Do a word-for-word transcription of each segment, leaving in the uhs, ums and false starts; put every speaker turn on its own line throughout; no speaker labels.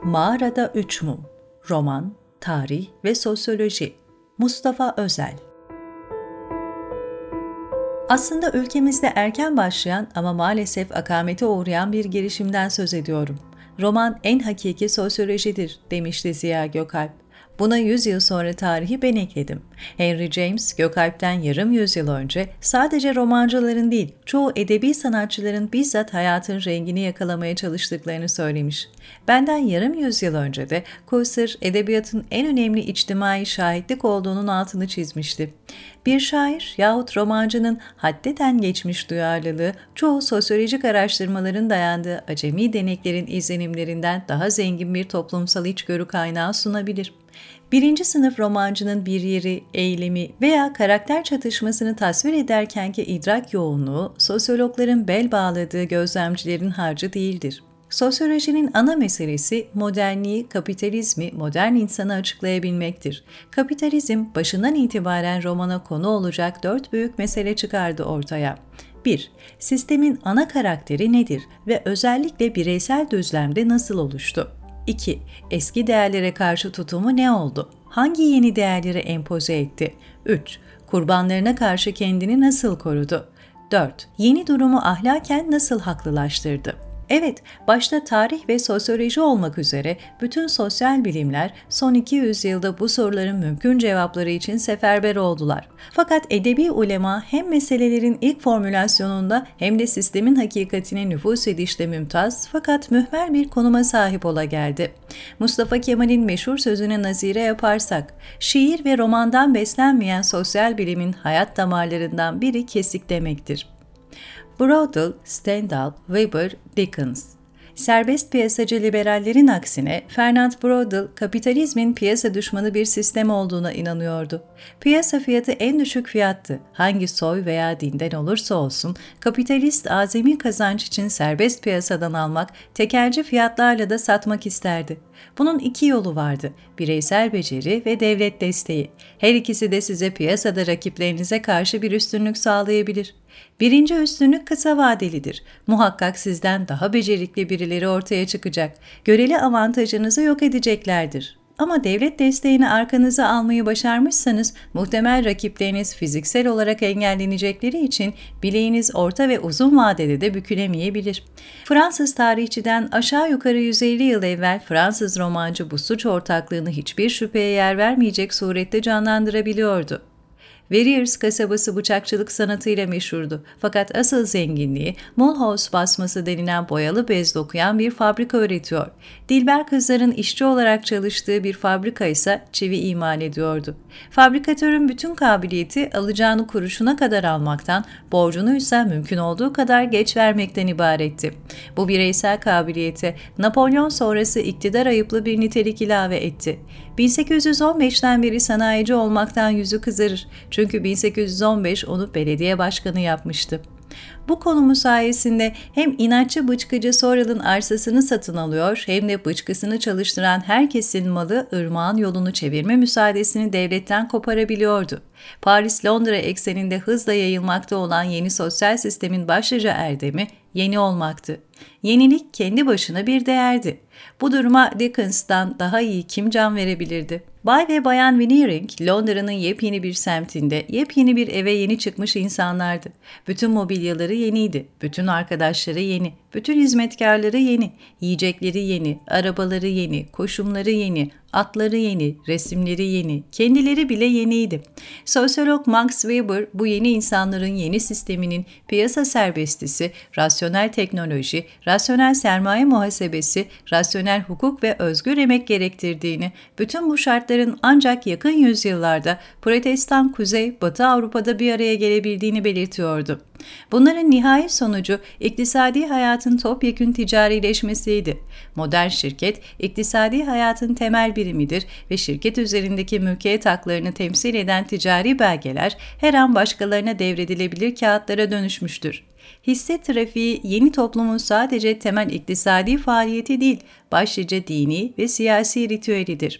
Mağarada Üç Mum. Roman, Tarih ve Sosyoloji. Mustafa Özel. Aslında ülkemizde erken başlayan ama maalesef akamete uğrayan bir girişimden söz ediyorum. Roman en hakiki sosyolojidir, demişti Ziya Gökalp. Buna yüz yıl sonra tarihi ben ekledim. Henry James, Gökalp'ten yarım yüzyıl önce sadece romancıların değil, çoğu edebi sanatçıların bizzat hayatın rengini yakalamaya çalıştıklarını söylemiş. Benden yarım yüzyıl önce de Cousser, edebiyatın en önemli içtimai şahitlik olduğunun altını çizmişti. Bir şair yahut romancının haddeten geçmiş duyarlılığı, çoğu sosyolojik araştırmaların dayandığı acemi deneklerin izlenimlerinden daha zengin bir toplumsal içgörü kaynağı sunabilir. Birinci sınıf romancının bir yeri, eylemi veya karakter çatışmasını tasvir ederkenki idrak yoğunluğu, sosyologların bel bağladığı gözlemcilerin harcı değildir. Sosyolojinin ana meselesi modernliği, kapitalizmi, modern insanı açıklayabilmektir. Kapitalizm başından itibaren romana konu olacak dört büyük mesele çıkardı ortaya. bir. Sistemin ana karakteri nedir ve özellikle bireysel düzlemde nasıl oluştu? iki. Eski değerlere karşı tutumu ne oldu? Hangi yeni değerleri empoze etti? üç. Kurbanlarına karşı kendini nasıl korudu? dört. Yeni durumu ahlaken nasıl haklılaştırdı? Evet, başta tarih ve sosyoloji olmak üzere bütün sosyal bilimler son iki yüz yılda bu soruların mümkün cevapları için seferber oldular. Fakat edebi ulema hem meselelerin ilk formülasyonunda hem de sistemin hakikatine nüfuz edişte mümtaz fakat mühmel bir konuma sahip ola geldi. Mustafa Kemal'in meşhur sözüne nazire yaparsak, şiir ve romandan beslenmeyen sosyal bilimin hayat damarlarından biri kesik demektir. Brodel, Stendhal, Weber, Dickens. Serbest piyasacı liberallerin aksine Fernand Brodel, kapitalizmin piyasa düşmanı bir sistem olduğuna inanıyordu. Piyasa fiyatı en düşük fiyattı. Hangi soy veya dinden olursa olsun, kapitalist azami kazanç için serbest piyasadan almak, tekelci fiyatlarla da satmak isterdi. Bunun iki yolu vardı, bireysel beceri ve devlet desteği. Her ikisi de size piyasada rakiplerinize karşı bir üstünlük sağlayabilir. Birinci üstünlük kısa vadelidir. Muhakkak sizden daha becerikli birileri ortaya çıkacak. Göreli avantajınızı yok edeceklerdir. Ama devlet desteğini arkanıza almayı başarmışsanız muhtemel rakipleriniz fiziksel olarak engellenecekleri için bileğiniz orta ve uzun vadede de bükülemeyebilir. Fransız tarihçiden aşağı yukarı yüz elli yıl evvel Fransız romancı bu suç ortaklığını hiçbir şüpheye yer vermeyecek surette canlandırabiliyordu. Verrières kasabası bıçakçılık sanatıyla meşhurdu. Fakat asıl zenginliği Mulhouse basması denilen boyalı bez dokuyan bir fabrika üretiyor. Dilber kızların işçi olarak çalıştığı bir fabrika ise çivi imal ediyordu. Fabrikatörün bütün kabiliyeti alacağını kuruşuna kadar almaktan, borcunu ise mümkün olduğu kadar geç vermekten ibaretti. Bu bireysel kabiliyete Napolyon sonrası iktidar ayıplı bir nitelik ilave etti. bin sekiz yüz on beşten beri sanayici olmaktan yüzü kızarır. Çünkü bin sekiz yüz on beş onu belediye başkanı yapmıştı. Bu konumu sayesinde hem inatçı bıçkıcı Sorel'ın arsasını satın alıyor hem de bıçkısını çalıştıran herkesin malı ırmağın yolunu çevirme müsaadesini devletten koparabiliyordu. Paris-Londra ekseninde hızla yayılmakta olan yeni sosyal sistemin başlıca erdemi yeni olmaktı. Yenilik kendi başına bir değerdi. Bu duruma Dickens'tan daha iyi kim can verebilirdi? Bay ve Bayan Veneering, Londra'nın yepyeni bir semtinde, yepyeni bir eve yeni çıkmış insanlardı. Bütün mobilyaları yeniydi, bütün arkadaşları yeni, bütün hizmetkarları yeni, yiyecekleri yeni, arabaları yeni, koşumları yeni, atları yeni, resimleri yeni, kendileri bile yeniydi. Sosyolog Max Weber, bu yeni insanların yeni sisteminin piyasa serbestisi, rasyonel teknoloji, rasyonel sermaye muhasebesi, rasyonel hukuk ve özgür emek gerektirdiğini, bütün bu şartların ancak yakın yüzyıllarda Protestan Kuzey, Batı Avrupa'da bir araya gelebildiğini belirtiyordu. Bunların nihai sonucu iktisadi hayatın topyekün ticarileşmesiydi. Modern şirket, iktisadi hayatın temel birimidir ve şirket üzerindeki mülkiyet haklarını temsil eden ticari belgeler her an başkalarına devredilebilir kağıtlara dönüşmüştür. Hisse trafiği yeni toplumun sadece temel iktisadi faaliyeti değil, başlıca dini ve siyasi ritüelidir.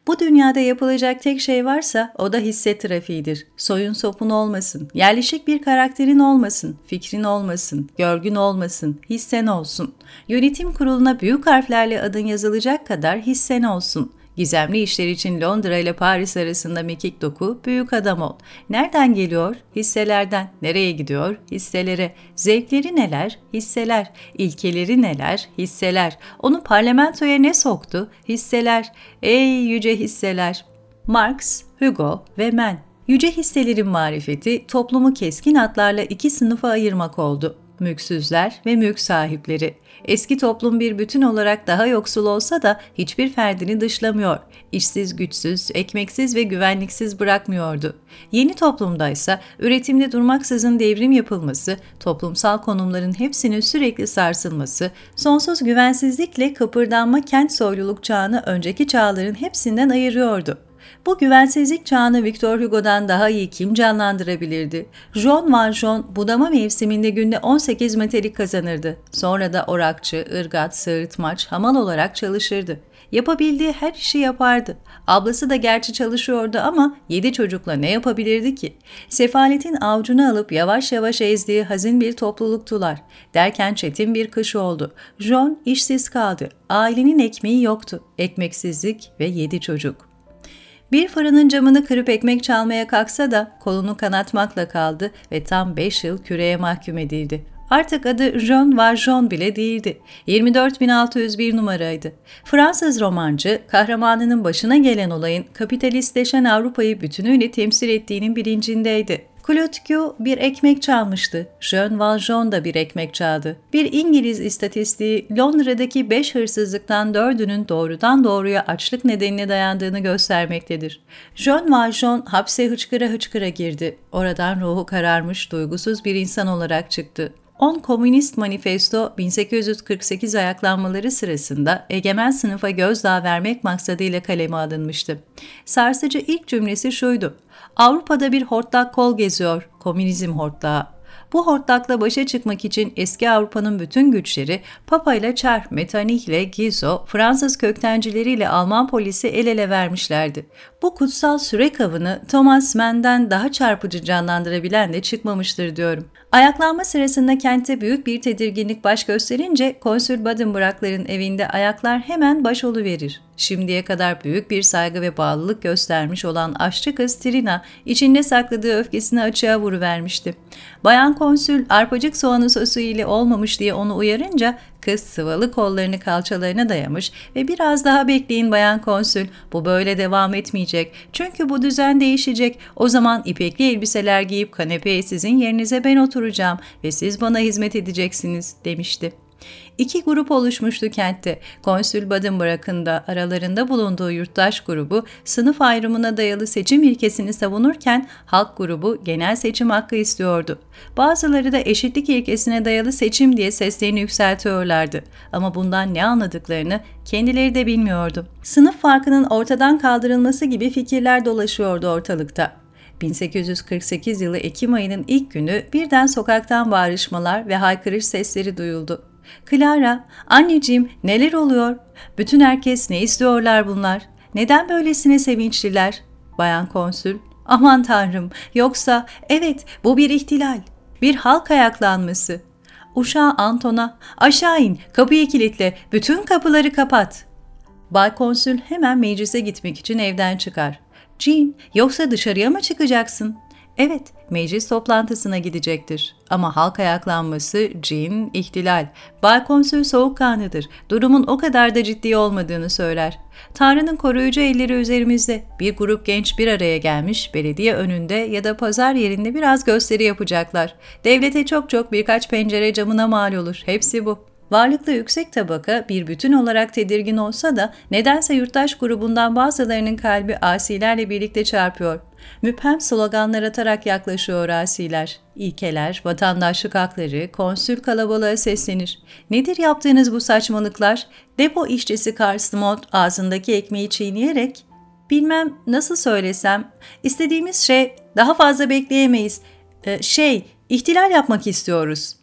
Bu dünyada yapılacak tek şey varsa o da hisse trafiğidir. Soyun sopun olmasın, yerleşik bir karakterin olmasın, fikrin olmasın, görgün olmasın, hissen olsun. Yönetim kuruluna büyük harflerle adın yazılacak kadar hissen olsun. Gizemli işler için Londra ile Paris arasında mekik doku, büyük adam ol. Nereden geliyor? Hisselerden. Nereye gidiyor? Hisselere. Zevkleri neler? Hisseler. İlkeleri neler? Hisseler. Onu parlamentoya ne soktu? Hisseler. Ey yüce hisseler! Marx, Hugo ve Men. Yüce hisselerin marifeti toplumu keskin hatlarla iki sınıfa ayırmak oldu. Mülksüzler ve mülk sahipleri. Eski toplum bir bütün olarak daha yoksul olsa da hiçbir ferdini dışlamıyor. İşsiz, güçsüz, ekmeksiz ve güvenliksiz bırakmıyordu. Yeni toplumdaysa üretimde durmaksızın devrim yapılması, toplumsal konumların hepsinin sürekli sarsılması, sonsuz güvensizlikle kıpırdanma kent soyluluk çağını önceki çağların hepsinden ayırıyordu. Bu güvensizlik çağını Victor Hugo'dan daha iyi kim canlandırabilirdi? Jean Valjean budama mevsiminde günde on sekiz metrelik kazanırdı. Sonra da orakçı, ırgat, sığırtmaç, hamal olarak çalışırdı. Yapabildiği her işi yapardı. Ablası da gerçi çalışıyordu ama yedi çocukla ne yapabilirdi ki? Sefaletin avucunu alıp yavaş yavaş ezdiği hazin bir topluluktular. Derken çetin bir kış oldu. Jean işsiz kaldı. Ailenin ekmeği yoktu. Ekmeksizlik ve yedi çocuk. Bir fırının camını kırıp ekmek çalmaya kalksa da kolunu kanatmakla kaldı ve tam beş yıl küreye mahkum edildi. Artık adı Jean Valjean bile değildi. yirmi dört bin altı yüz bir numaraydı. Fransız romancı, kahramanının başına gelen olayın kapitalistleşen Avrupa'yı bütünüyle temsil ettiğinin bilincindeydi. Claude Gueux bir ekmek çalmıştı. Jean Valjean da bir ekmek çaldı. Bir İngiliz istatistiği Londra'daki beş hırsızlıktan dördünün doğrudan doğruya açlık nedenine dayandığını göstermektedir. Jean Valjean hapse hıçkıra hıçkıra girdi. Oradan ruhu kararmış, duygusuz bir insan olarak çıktı. On Komünist Manifesto bin sekiz yüz kırk sekiz ayaklanmaları sırasında egemen sınıfa gözdağı vermek maksadıyla kaleme alınmıştı. Sarsıcı ilk cümlesi şuydu: Avrupa'da bir hortlak kol geziyor, komünizm hortlağı. Bu hortlakla başa çıkmak için eski Avrupa'nın bütün güçleri Papa ile Çar, Metternich ile Guizot, Fransız köktencileriyle Alman polisi el ele vermişlerdi. Bu kutsal sürek avını Thomas Mann'den daha çarpıcı canlandırabilen de çıkmamıştır diyorum. Ayaklanma sırasında kentte büyük bir tedirginlik baş gösterince Konsül Buddenbrook'ların evinde ayaklar hemen baş oluverir. Şimdiye kadar büyük bir saygı ve bağlılık göstermiş olan aşçı kız Trina içinde sakladığı öfkesini açığa vuruvermişti. Bayan Konsül arpacık soğanı sosu ile olmamış diye onu uyarınca kız sıvalı kollarını kalçalarına dayamış ve biraz daha bekleyin Bayan Konsül, bu böyle devam etmeyecek çünkü bu düzen değişecek, o zaman ipekli elbiseler giyip kanepeye sizin yerinize ben oturacağım ve siz bana hizmet edeceksiniz demişti. İki grup oluşmuştu kentte. Konsül Buddenbrook'un da aralarında bulunduğu yurttaş grubu sınıf ayrımına dayalı seçim ilkesini savunurken halk grubu genel seçim hakkı istiyordu. Bazıları da eşitlik ilkesine dayalı seçim diye seslerini yükseltiyorlardı. Ama bundan ne anladıklarını kendileri de bilmiyordu. Sınıf farkının ortadan kaldırılması gibi fikirler dolaşıyordu ortalıkta. bin sekiz yüz kırk sekiz yılı Ekim ayının ilk günü birden sokaktan bağırışmalar ve haykırış sesleri duyuldu. Clara, anneciğim neler oluyor? Bütün herkes ne istiyorlar bunlar? Neden böylesine sevinçliler? Bayan Konsül, aman tanrım, yoksa evet bu bir ihtilal, bir halk ayaklanması. Uşağı Anton'a, aşağı in, kapıyı kilitle, bütün kapıları kapat. Bay Konsül hemen meclise gitmek için evden çıkar. Jean, yoksa dışarıya mı çıkacaksın? Evet, meclis toplantısına gidecektir. Ama halk ayaklanması, cin, ihtilal. Bay Konsül soğukkanlıdır. Durumun o kadar da ciddi olmadığını söyler. Tanrı'nın koruyucu elleri üzerimizde. Bir grup genç bir araya gelmiş, belediye önünde ya da pazar yerinde biraz gösteri yapacaklar. Devlete çok çok birkaç pencere camına mal olur. Hepsi bu. Varlıklı yüksek tabaka bir bütün olarak tedirgin olsa da nedense yurttaş grubundan bazılarının kalbi asilerle birlikte çarpıyor. Müphem sloganlar atarak yaklaşıyor asiler. İlkeler, vatandaşlık hakları, konsül kalabalığa seslenir. Nedir yaptığınız bu saçmalıklar? Depo işçisi Karstimot ağzındaki ekmeği çiğneyerek, bilmem nasıl söylesem, istediğimiz şey, daha fazla bekleyemeyiz. Ee, şey, ihtilal yapmak istiyoruz.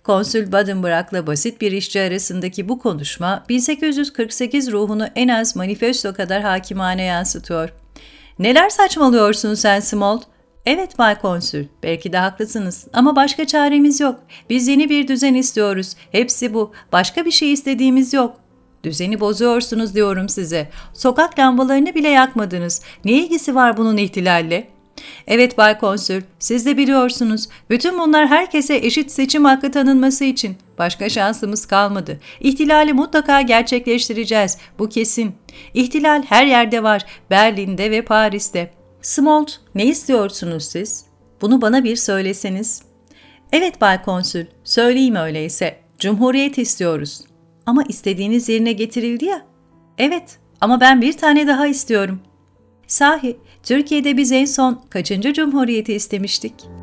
Konsül Buddenbrook'la basit bir işçi arasındaki bu konuşma bin sekiz yüz kırk sekiz ruhunu en az manifesto kadar hakimane yansıtıyor. "Neler saçmalıyorsun sen Smolt?" "Evet Bay Konsül, belki de haklısınız ama başka çaremiz yok. Biz yeni bir düzen istiyoruz. Hepsi bu. Başka bir şey istediğimiz yok." "Düzeni bozuyorsunuz diyorum size. Sokak lambalarını bile yakmadınız. Ne ilgisi var bunun ihtilalle?" "Evet Bay Konsül, siz de biliyorsunuz. Bütün bunlar herkese eşit seçim hakkı tanınması için. Başka şansımız kalmadı. İhtilali mutlaka gerçekleştireceğiz. Bu kesin. İhtilal her yerde var. Berlin'de ve Paris'te." "Smolt, ne istiyorsunuz siz? Bunu bana bir söyleseniz." "Evet Bay Konsül, söyleyeyim öyleyse. Cumhuriyet istiyoruz." "Ama istediğiniz yerine getirildi ya." "Evet, ama ben bir tane daha istiyorum." "Sahi, Türkiye'de biz en son kaçıncı cumhuriyeti istemiştik?"